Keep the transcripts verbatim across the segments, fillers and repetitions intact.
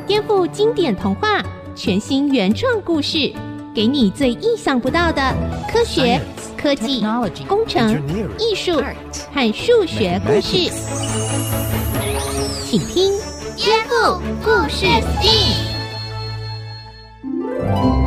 颠覆经典童话，全新原创故事，给你最意想不到的科学、科技、工程、艺术和数学故事。请听《颠覆故事 S T E A M》。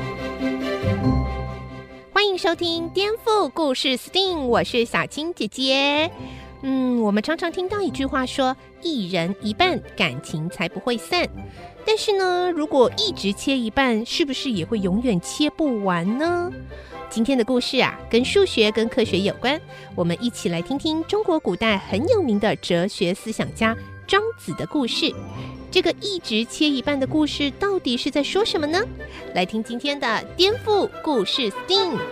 欢迎收听《颠覆故事 S T E A M》，我是小青姐姐。嗯，我们常常听到一句话说，一人一半，感情才不会散。但是呢，如果一直切一半，是不是也会永远切不完呢？今天的故事啊，跟数学跟科学有关，我们一起来听听中国古代很有名的哲学思想家庄子的故事。这个一直切一半的故事到底是在说什么呢？来听今天的颠覆故事 S T E A M。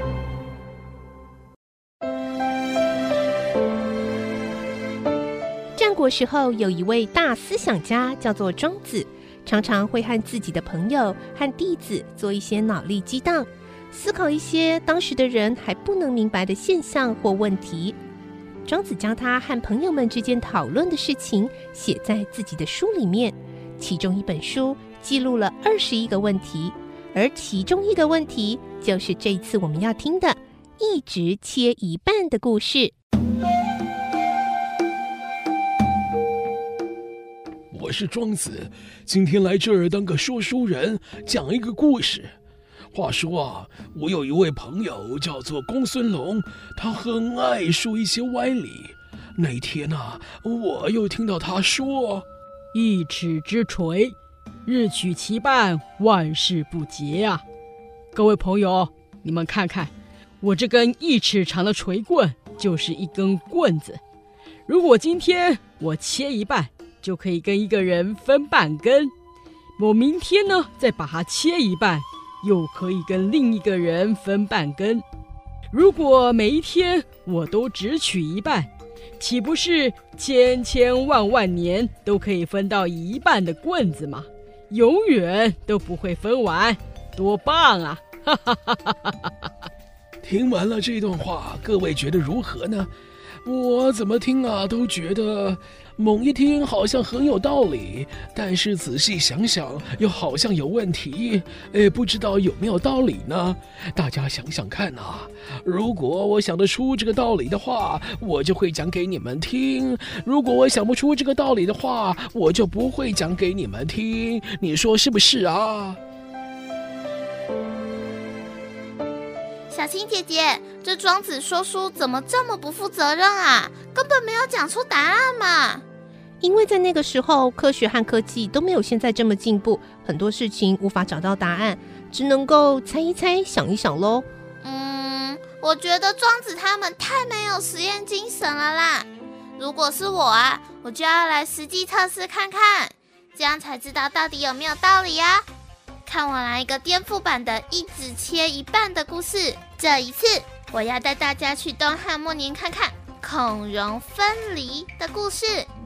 战国时候有一位大思想家叫做庄子，常常会和自己的朋友和弟子做一些脑力激荡，思考一些当时的人还不能明白的现象或问题。庄子将他和朋友们之间讨论的事情写在自己的书里面，其中一本书记录了二十一个问题，而其中一个问题就是这一次我们要听的一直切一半的故事。 我是庄子，今天来这儿当个说书人，讲一个故事。话说啊，我有一位朋友叫做公孙龙，他很爱说一些歪理。那天啊，我又听到他说：“ 一尺之锤，日取其半，万事不竭啊！”各位朋友，你们看看，我这根一尺长的锤棍就是一根棍子。如果今天我切一半，就可以跟一个人分半根，我明天呢再把它切一半，又可以跟另一个人分半根。如果每一天我都只取一半，岂不是千千万万年都可以分到一半的棍子吗？永远都不会分完，多棒啊！ 听完了这段话，各位觉得如何呢？我怎么听啊都觉得猛一听好像很有道理，但是仔细想想又好像有问题，哎，不知道有没有道理呢？大家想想看啊，如果我想得出这个道理的话，我就会讲给你们听；如果我想不出这个道理的话，我就不会讲给你们听。你说是不是啊？ 小青姐姐，这庄子说书怎么这么不负责任啊？根本没有讲出答案嘛！ 因为在那个时候，科学和科技都没有现在这么进步，很多事情无法找到答案，只能够猜一猜，想一想咯。 嗯，我觉得庄子他们太没有实验精神了啦。如果是我啊，我就要来实际测试看看，这样才知道到底有没有道理啊。看我来一个颠覆版的一直切一半的故事。这一次我要带大家去东汉末年看看孔融分离的故事。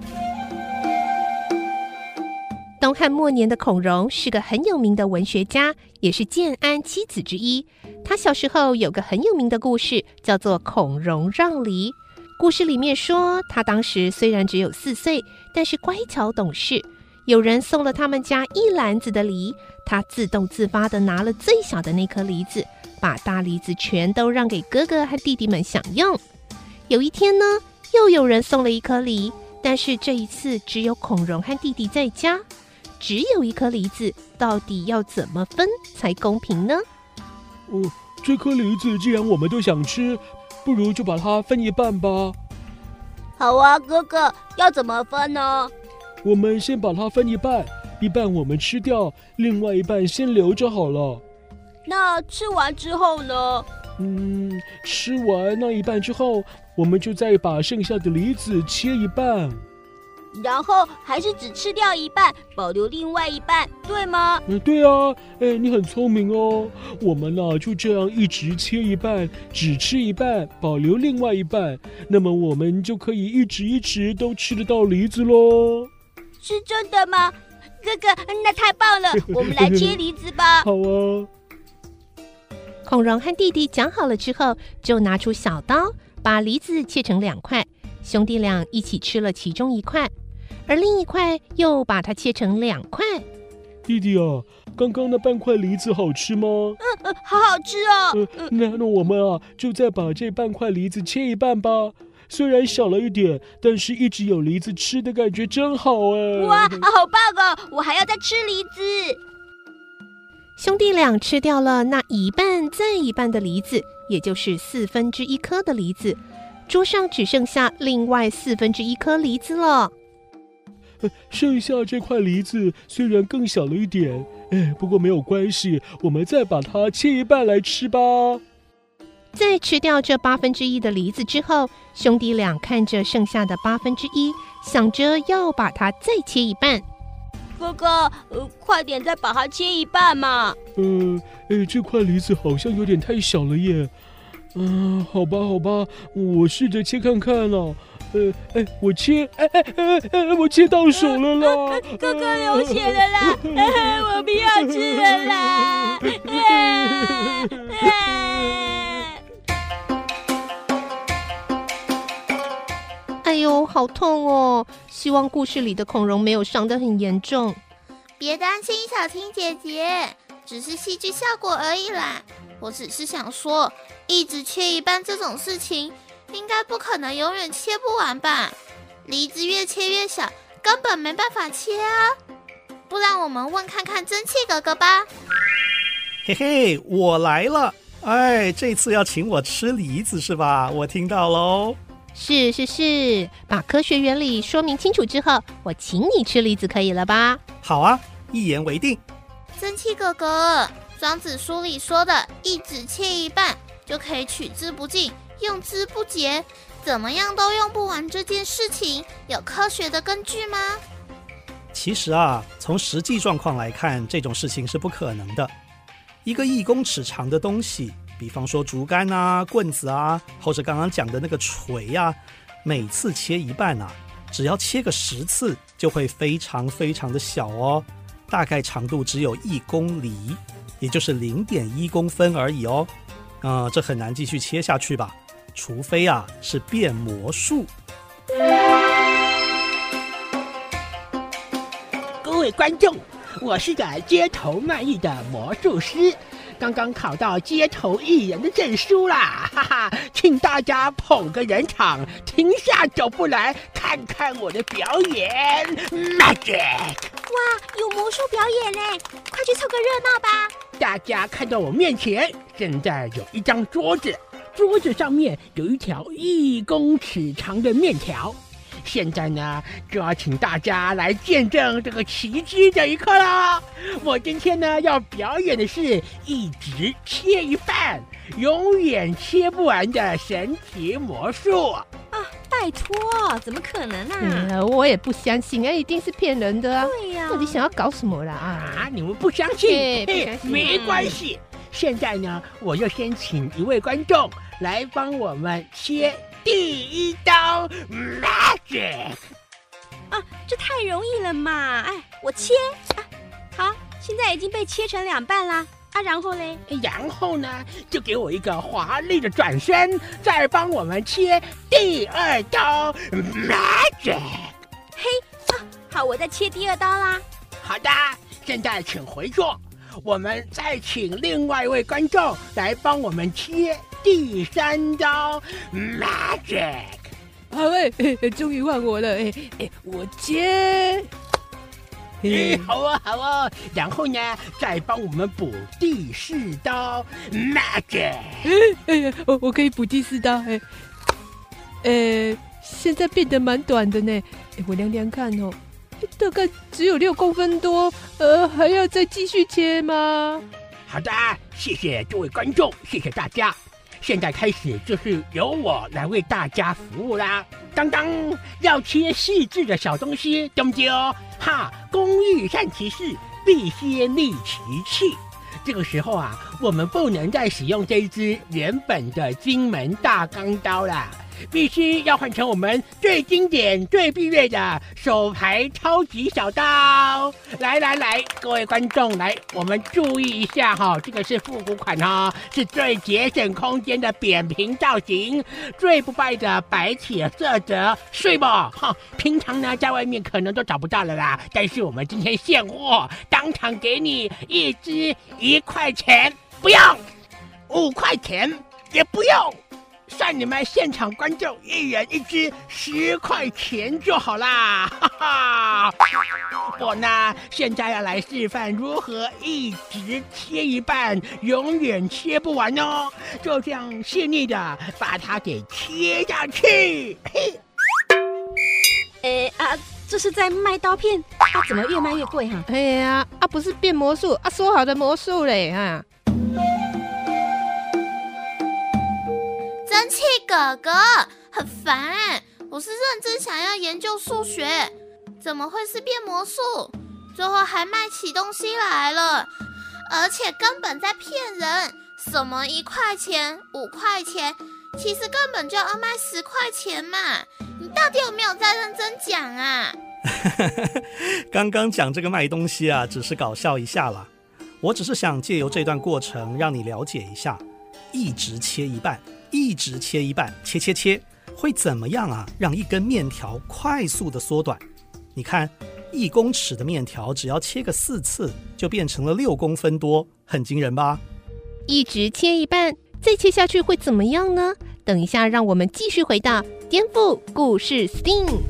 东汉末年的孔融是个很有名的文学家，也是建安七子之一。他小时候有个很有名的故事，叫做孔融让梨。故事里面说，他当时虽然只有四岁，但是乖巧懂事。有人送了他们家一篮子的梨，他自动自发地拿了最小的那颗梨子，把大梨子全都让给哥哥和弟弟们享用。有一天呢，又有人送了一颗梨，但是这一次只有孔融和弟弟在家，只有一颗梨子，到底要怎么分才公平呢？ 哦，这颗梨子既然我们都想吃，不如就把它分一半吧。 好啊，哥哥，要怎么分呢？ 我们先把它分一半，一半我们吃掉，另外一半先留着好了。 那吃完之后呢？ 嗯，吃完那一半之后，我们就再把剩下的梨子切一半。 然后还是只吃掉一半，保留另外一半，对吗？ 嗯，对啊，哎，你很聪明哦。我们啊就这样一直切一半，只吃一半，保留另外一半，那么我们就可以一直一直都吃得到梨子咯。 是真的吗？哥哥，那太棒了，我们来切梨子吧。 好啊。 孔融和弟弟讲好了之后，就拿出小刀，把梨子切成两块，兄弟俩一起吃了其中一块。 而另一块又把它切成两块。 弟弟啊，刚刚那半块梨子好吃吗？ 嗯嗯，好好吃哦。 呃，那那我们啊，就再把这半块梨子切一半吧。虽然小了一点，但是一直有梨子吃的感觉真好哎！ 哇，好棒哦！我还要再吃梨子。 兄弟俩吃掉了那一半再一半的梨子，也就是四分之一颗的梨子，桌上只剩下另外四分之一颗梨子了。 剩下这块梨子虽然更小了一点，哎，不过没有关系，我们再把它切一半来吃吧。 在吃掉这八分之一的梨子之后，兄弟俩看着剩下的八分之一，想着要把它再切一半。 哥哥，呃，快点再把它切一半嘛。 呃，哎，这块梨子好像有点太小了耶。嗯、呃，好吧，好吧，我试着切看看了。呃，哎，我切，哎哎哎哎，我切到手了啦！ 哥哥流血了啦！哎、我不要吃了啦！哎哎哎呦，好痛哦！希望故事里的孔融没有伤得很严重。 别担心，小青姐姐，只是戏剧效果而已啦。我只是想说，一直切一半这种事情，应该不可能永远切不完吧？梨子越切越小，根本没办法切啊！不然我们问看看蒸汽哥哥吧。 嘿嘿，我来了！哎，这次要请我吃梨子是吧？我听到喽。 是是是，把科学原理说明清楚之后，我请你吃梨子可以了吧？ 好啊，一言为定。 蒸汽哥哥，庄子书里说的一指切一半就可以取之不尽，用之不竭，怎么样都用不完这件事情，有科学的根据吗？ 其实啊，从实际状况来看，这种事情是不可能的。一个一公尺长的东西，比方说竹竿啊、棍子啊，或者刚刚讲的那个锤啊，每次切一半啊，只要切个十次，就会非常非常的小哦，大概长度只有一公厘，也就是零点一公分而已哦。呃，这很难继续切下去吧？除非啊是变魔术。 各位观众，我是个街头卖艺的魔术师，刚刚考到街头艺人的证书啦，哈哈！请大家捧个人场，停下脚步来看看我的表演 ，Magic！ 哇，有魔术表演嘞，快去凑个热闹吧！ 大家看到我面前，现在有一张桌子，桌子上面有一条一公尺长的面条。现在呢，就要请大家来见证这个奇迹的一刻啦！我今天呢要表演的是一直切一半，永远切不完的神奇魔术啊！拜托，怎么可能啊？ 嗯，我也不相信，哎，一定是骗人的啊！ 对呀、啊， 到底想要搞什么啦？啊， 啊你们不相信？ 对，不相信， 没关系。现在呢，我就先请一位观众来帮我们切第一刀 Magic 啊，这太容易了嘛！哎，我切啊，好，现在已经被切成两半啦。啊，然后嘞？ 然后呢，就给我一个华丽的转身，再帮我们切第二刀 Magic。 嘿，啊，好，我再切第二刀啦。 好的，现在请回座。我们再请另外一位观众来帮我们切第三刀 Magic。 好哎，终于换我了哎哎，我切。 哎，好啊好啊，然后呢，再帮我们补第四刀 Magic。 哎哎，我我可以补第四刀哎。呃，现在变得蛮短的呢，哎，我量量看哦。大概只有六公分多，呃，还要再继续切吗？ 好的，谢谢各位观众，谢谢大家。现在开始就是由我来为大家服务啦。当当，要切细致的小东西，对不对哦？哈，工欲善其事，必先利其器。这个时候啊，我们不能再使用这一支原本的金门大钢刀啦。 必须要换成我们最经典、最必备的手排超级小刀。来来来，各位观众，来，我们注意一下哈，这个是复古款哈，是最节省空间的扁平造型，最不败的白铁色泽，睡吧哈。平常呢，在外面可能都找不到了啦，但是我们今天现货，当场给你一支一块钱，不用，五块钱也不用。算你们现场观众一人一支十块钱就好啦，哈哈！我呢，现在要来示范如何一直切一半，永远切不完哦。就这样细腻的把它给切下去。嘿， 诶啊，这是在卖刀片，啊，怎么越卖越贵哈？ 哎呀，啊不是变魔术啊，说好的魔术嘞啊！ 蒸汽哥哥很烦哎，我是认真想要研究数学，怎么会是变魔术？最后还卖起东西来了，而且根本在骗人，什么一块钱、五块钱，其实根本就要卖十块钱嘛！你到底有没有在认真讲啊？ 刚刚讲这个卖东西啊，只是搞笑一下啦。我只是想借由这段过程让你了解一下，一直切一半。一直切一半，切切切，会怎么样啊？让一根面条快速的缩短。你看，一公尺的面条只要切个四次，就变成了六公分多，很惊人吧？ 一直切一半，再切下去会怎么样呢？等一下，让我们继续回到颠覆故事 S T E A M。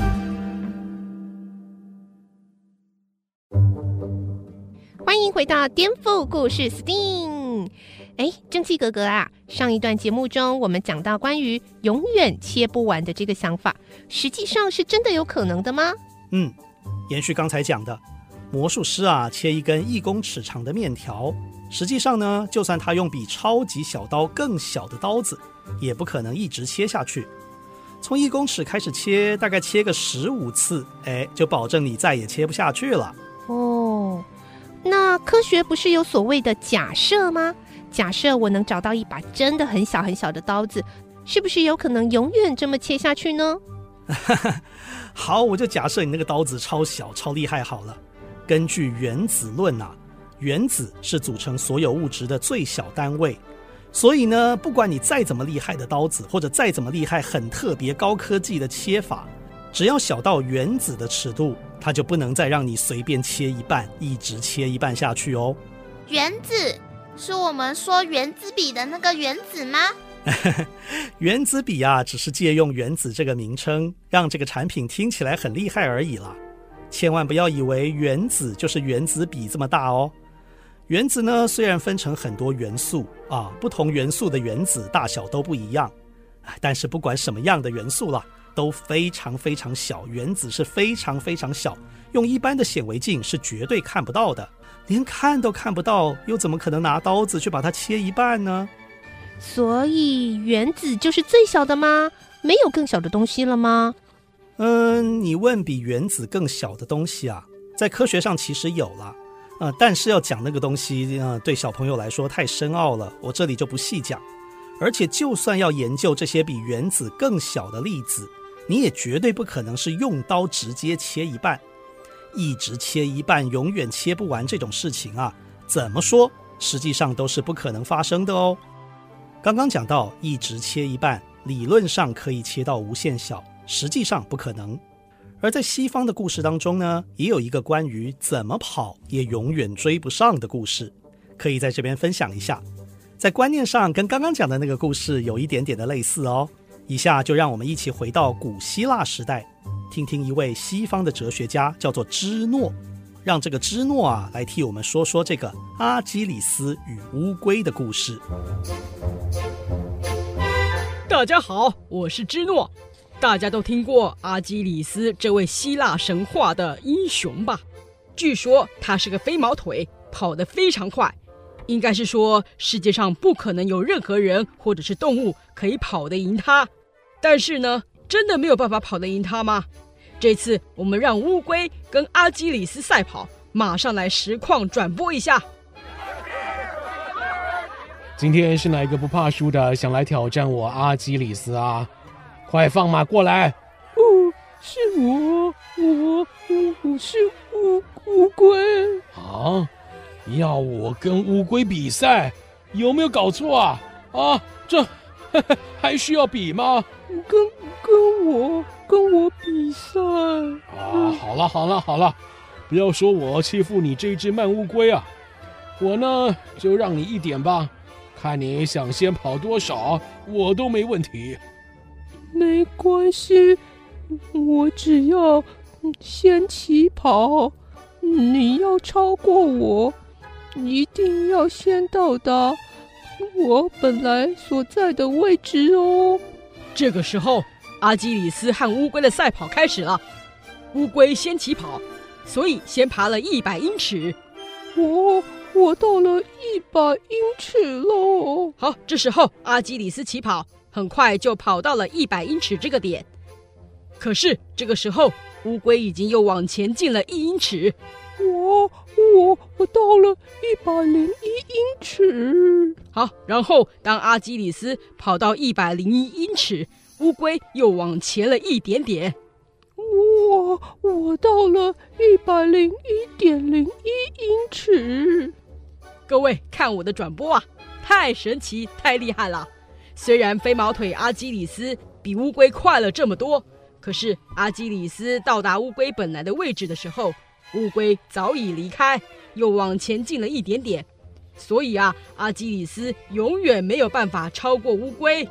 欢迎回到颠覆故事 S T E A M。哎，蒸汽哥哥啊，上一段节目中我们讲到关于永远切不完的这个想法，实际上是真的有可能的吗？ 嗯，延续刚才讲的，魔术师啊切一根一公尺长的面条，实际上呢，就算他用比超级小刀更小的刀子，也不可能一直切下去。从一公尺开始切，大概切个十五次，哎，就保证你再也切不下去了。 哦，那科学不是有所谓的假设吗？假设我能找到一把真的很小很小的刀子，是不是有可能永远这么切下去呢？ 好，我就假设你那个刀子超小超厉害好了。根据原子论啊，原子是组成所有物质的最小单位，所以呢，不管你再怎么厉害的刀子，或者再怎么厉害很特别高科技的切法，只要小到原子的尺度，它就不能再让你随便切一半，一直切一半下去哦。 原子是我们说原子笔的那个原子吗？ 原子笔啊，只是借用原子这个名称，让这个产品听起来很厉害而已啦。千万不要以为原子就是原子笔这么大哦。原子呢，虽然分成很多元素啊，不同元素的原子大小都不一样，但是不管什么样的元素啦，都非常非常小，原子是非常非常小，用一般的显微镜是绝对看不到的。连看都看不到，又怎么可能拿刀子去把它切一半呢？ 所以原子就是最小的吗？没有更小的东西了吗？ 嗯，你问比原子更小的东西啊，在科学上其实有了，呃，但是要讲那个东西，呃，对小朋友来说太深奥了，我这里就不细讲。而且就算要研究这些比原子更小的粒子，你也绝对不可能是用刀直接切一半。一直切一半永远切不完这种事情啊，怎么说实际上都是不可能发生的哦。刚刚讲到一直切一半，理论上可以切到无限小，实际上不可能。而在西方的故事当中呢，也有一个关于怎么跑也永远追不上的故事，可以在这边分享一下。在观念上跟刚刚讲的那个故事有一点点的类似哦。以下就让我们一起回到古希腊时代，听听一位西方的哲学家叫做芝诺，让这个芝诺啊来替我们说说这个阿基里斯与乌龟的故事。 大家好，我是芝诺。大家都听过阿基里斯这位希腊神话的英雄吧？据说他是个飞毛腿，跑得非常快，应该是说世界上不可能有任何人或者是动物可以跑得赢他。但是呢，真的没有办法跑得赢他吗？这次我们让乌龟跟阿基里斯赛跑，马上来实况转播一下。 今天是哪一个不怕输的想来挑战我阿基里斯啊？ 快放马过来！ 哦，是我，我我我是乌乌龟。 啊，要我跟乌龟比赛，有没有搞错啊？啊，这呵呵还需要比吗？ 跟跟我跟我比赛啊！好了好了好了，不要说我欺负你这只慢乌龟啊！我呢就让你一点吧，看你想先跑多少，我都没问题。 没关系，我只要先起跑。你要超过我，一定要先到达我本来所在的位置哦。 这个时候，阿基里斯和乌龟的赛跑开始了。乌龟先起跑，所以先爬了一百英尺。 我我到了一百英尺喽。 好，这时候阿基里斯起跑，很快就跑到了一百英尺这个点。可是这个时候，乌龟已经又往前进了一英尺。 我我我到了一百零一英尺。 好，然后当阿基里斯跑到一百零一英尺，乌龟又往前了一点点。 我我到了一百零一点零一英尺。 各位看我的转播啊，太神奇，太厉害了！虽然飞毛腿阿基里斯比乌龟快了这么多，可是阿基里斯到达乌龟本来的位置的时候，乌龟早已离开，又往前进了一点点。所以啊，阿基里斯永远没有办法超过乌龟。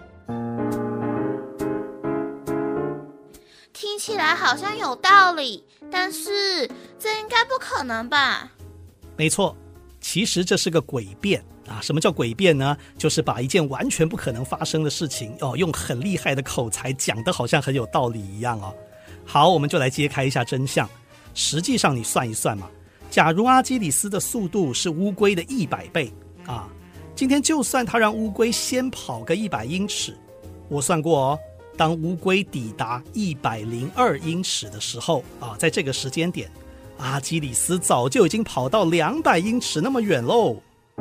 听起来好像有道理，但是这应该不可能吧？ 没错，其实这是个诡辩啊！什么叫诡辩呢？就是把一件完全不可能发生的事情哦，用很厉害的口才讲得好像很有道理一样哦。好，我们就来揭开一下真相。实际上你算一算嘛，假如阿基里斯的速度是乌龟的一百倍啊，今天就算他让乌龟先跑个一百英尺，我算过哦，当乌龟抵达一百零二英尺的时候啊，在这个时间点，阿基里斯早就已经跑到两百英尺那么远喽。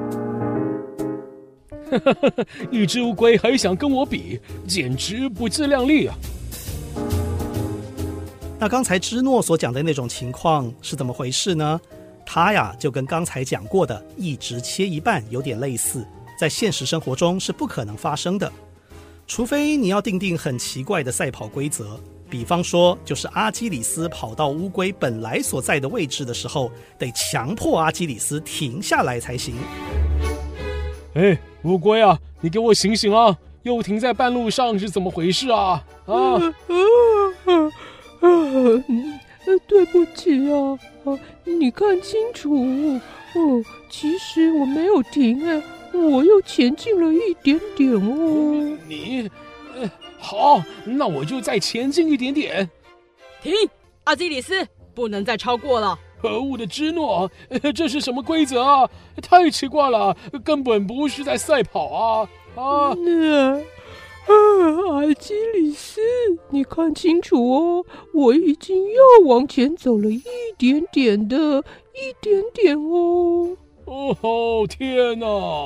一只乌龟还想跟我比，简直不自量力啊！ 那刚才芝诺所讲的那种情况是怎么回事呢？它呀就跟刚才讲过的一直切一半有点类似，在现实生活中是不可能发生的，除非你要订定很奇怪的赛跑规则，比方说就是阿基里斯跑到乌龟本来所在的位置的时候，得强迫阿基里斯停下来才行。 哎，乌龟啊，你给我醒醒啊！又停在半路上是怎么回事啊？啊！ 啊，对不起啊，啊，你看清楚哦，其实我没有停哎，我又前进了一点点哦。 你，呃，好，那我就再前进一点点。 停，阿基里斯，不能再超过了。 可恶的芝诺，呃，这是什么规则啊？太奇怪了，根本不是在赛跑啊！啊！ 嗯啊，阿基里斯，你看清楚哦，我已经又往前走了一点点的，一点点哦。 哦，天哪！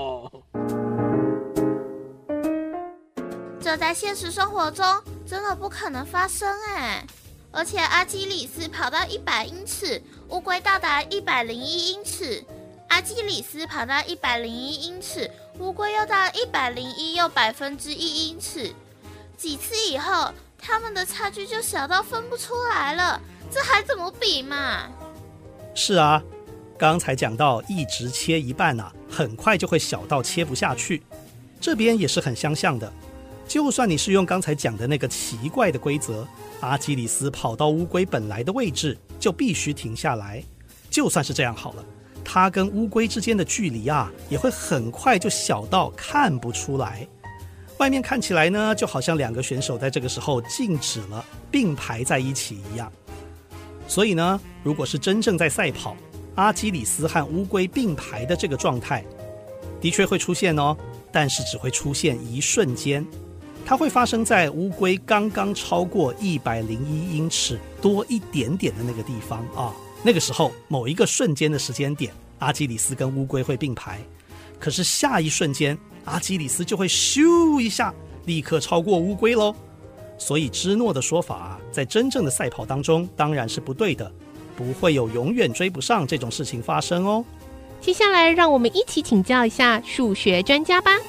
这在现实生活中真的不可能发生哎！而且阿基里斯跑到一百英尺，乌龟到达一百零一英尺。阿基里斯跑到一百零一英尺，乌龟又到一百零一又百分之一英尺。几次以后，他们的差距就小到分不出来了，这还怎么比嘛？ 是啊，刚才讲到一直切一半啊，很快就会小到切不下去。这边也是很相像的，就算你是用刚才讲的那个奇怪的规则，阿基里斯跑到乌龟本来的位置就必须停下来。就算是这样好了，它跟乌龟之间的距离啊，也会很快就小到看不出来。外面看起来呢，就好像两个选手在这个时候静止了，并排在一起一样。所以呢，如果是真正在赛跑，阿基里斯和乌龟并排的这个状态，的确会出现哦，但是只会出现一瞬间。它会发生在乌龟刚刚超过一百零一英尺多一点点的那个地方啊。那个时候某一个瞬间的时间点，阿基里斯跟乌龟会并排，可是下一瞬间阿基里斯就会咻一下立刻超过乌龟咯。 所以芝诺的说法在真正的赛跑当中当然是不对的，不会有永远追不上这种事情发生哦。 接下来让我们一起请教一下数学专家吧。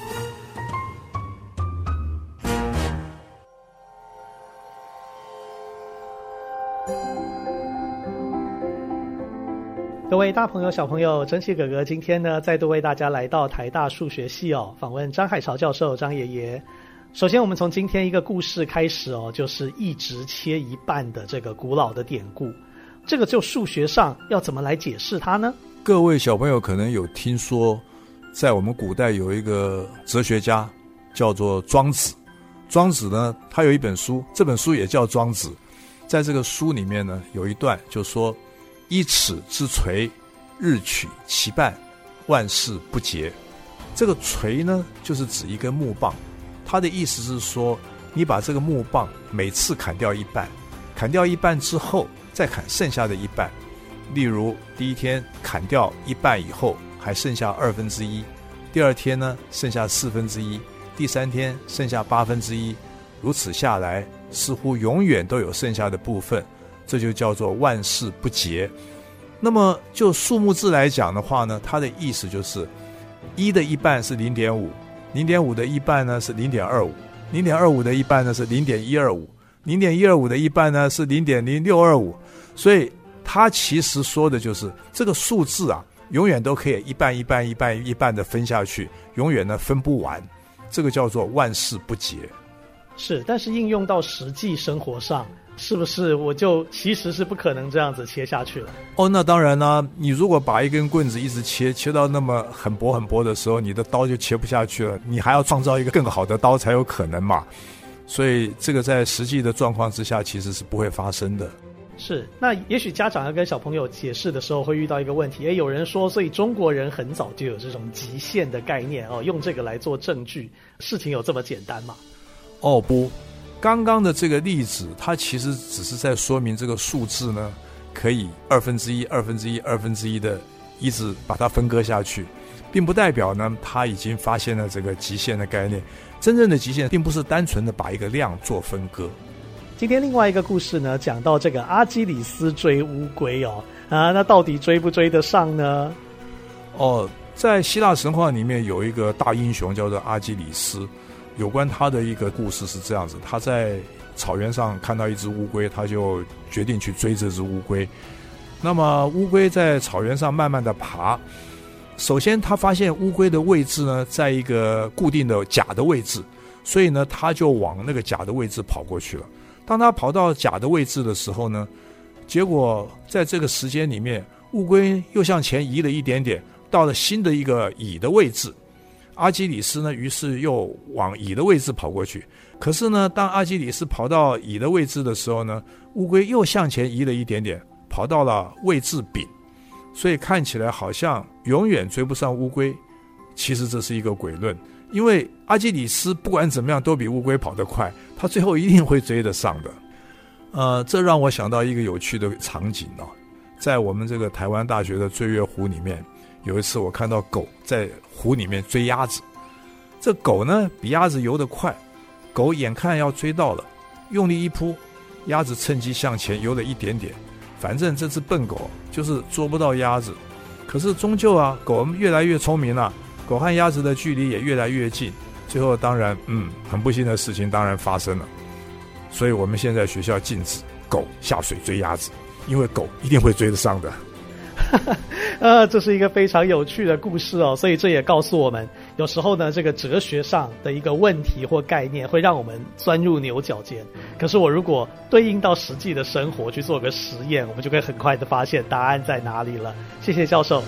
各位大朋友小朋友，珍奇哥哥今天呢再度为大家来到台大数学系哦，访问张海潮教授张爷爷。首先我们从今天一个故事开始哦，就是一直切一半的这个古老的典故，这个就数学上要怎么来解释它呢？ 各位小朋友可能有听说，在我们古代有一个哲学家叫做庄子。庄子呢，他有一本书，这本书也叫庄子。在这个书里面呢，有一段就说，一尺之锤，日取其半，万事不竭。这个锤呢，就是指一根木棒，它的意思是说，你把这个木棒每次砍掉一半，砍掉一半之后再砍剩下的一半。例如第一天砍掉一半以后还剩下二分之一，第二天呢剩下四分之一，第三天剩下八分之一，如此下来似乎永远都有剩下的部分，这就叫做万事不竭。那么就数目字来讲的话呢，它的意思就是一的一半是 零点五， 零点五的一半呢是 零点二五， 零点二五的一半呢是 零点一二五， 零点一二五的一半呢是 零点零六二五。 所以它其实说的就是这个数字啊，永远都可以一半一半一半一半的分下去，永远呢分不完，这个叫做万事不竭。 是，但是应用到实际生活上，是不是我就其实是不可能这样子切下去了？ 哦，那当然啦，你如果把一根棍子一直切，切到那么很薄很薄的时候，你的刀就切不下去了，你还要创造一个更好的刀才有可能嘛。所以这个在实际的状况之下其实是不会发生的。 是，那也许家长要跟小朋友解释的时候会遇到一个问题，诶，有人说所以中国人很早就有这种极限的概念哦，用这个来做证据，事情有这么简单吗？ 哦不，刚刚的这个例子它其实只是在说明这个数字呢可以二分之一二分之一二分之一的一直把它分割下去，并不代表呢它已经发现了这个极限的概念。真正的极限并不是单纯的把一个量做分割。 今天另外一个故事呢，讲到这个阿基里斯追乌龟哦，啊，那到底追不追得上呢？ 哦，在希腊神话里面有一个大英雄叫做阿基里斯，有关他的一个故事是这样子：他在草原上看到一只乌龟，他就决定去追这只乌龟。那么乌龟在草原上慢慢的爬，首先他发现乌龟的位置呢，在一个固定的甲的位置，所以呢，他就往那个甲的位置跑过去了。当他跑到甲的位置的时候呢，结果在这个时间里面，乌龟又向前移了一点点，到了新的一个乙的位置。阿基里斯呢，于是又往乙的位置跑过去。可是呢，当阿基里斯跑到乙的位置的时候呢，乌龟又向前移了一点点，跑到了位置丙。所以看起来好像永远追不上乌龟，其实这是一个诡论。因为阿基里斯不管怎么样都比乌龟跑得快，他最后一定会追得上的。呃，这让我想到一个有趣的场景哦，在我们这个台湾大学的醉月湖里面，有一次我看到狗在湖里面追鸭子。这狗呢比鸭子游得快，狗眼看要追到了，用力一扑，鸭子趁机向前游了一点点，反正这只笨狗就是捉不到鸭子。可是终究啊，狗越来越聪明了，狗和鸭子的距离也越来越近，最后当然嗯，很不幸的事情当然发生了。所以我们现在学校禁止狗下水追鸭子，因为狗一定会追得上的。 呃，这是一个非常有趣的故事哦，所以这也告诉我们，有时候呢，这个哲学上的一个问题或概念会让我们钻入牛角尖。可是我如果对应到实际的生活去做个实验，我们就可以很快的发现答案在哪里了。谢谢教授。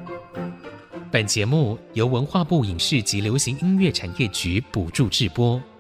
本节目由文化部影视及流行音乐产业局补助制播。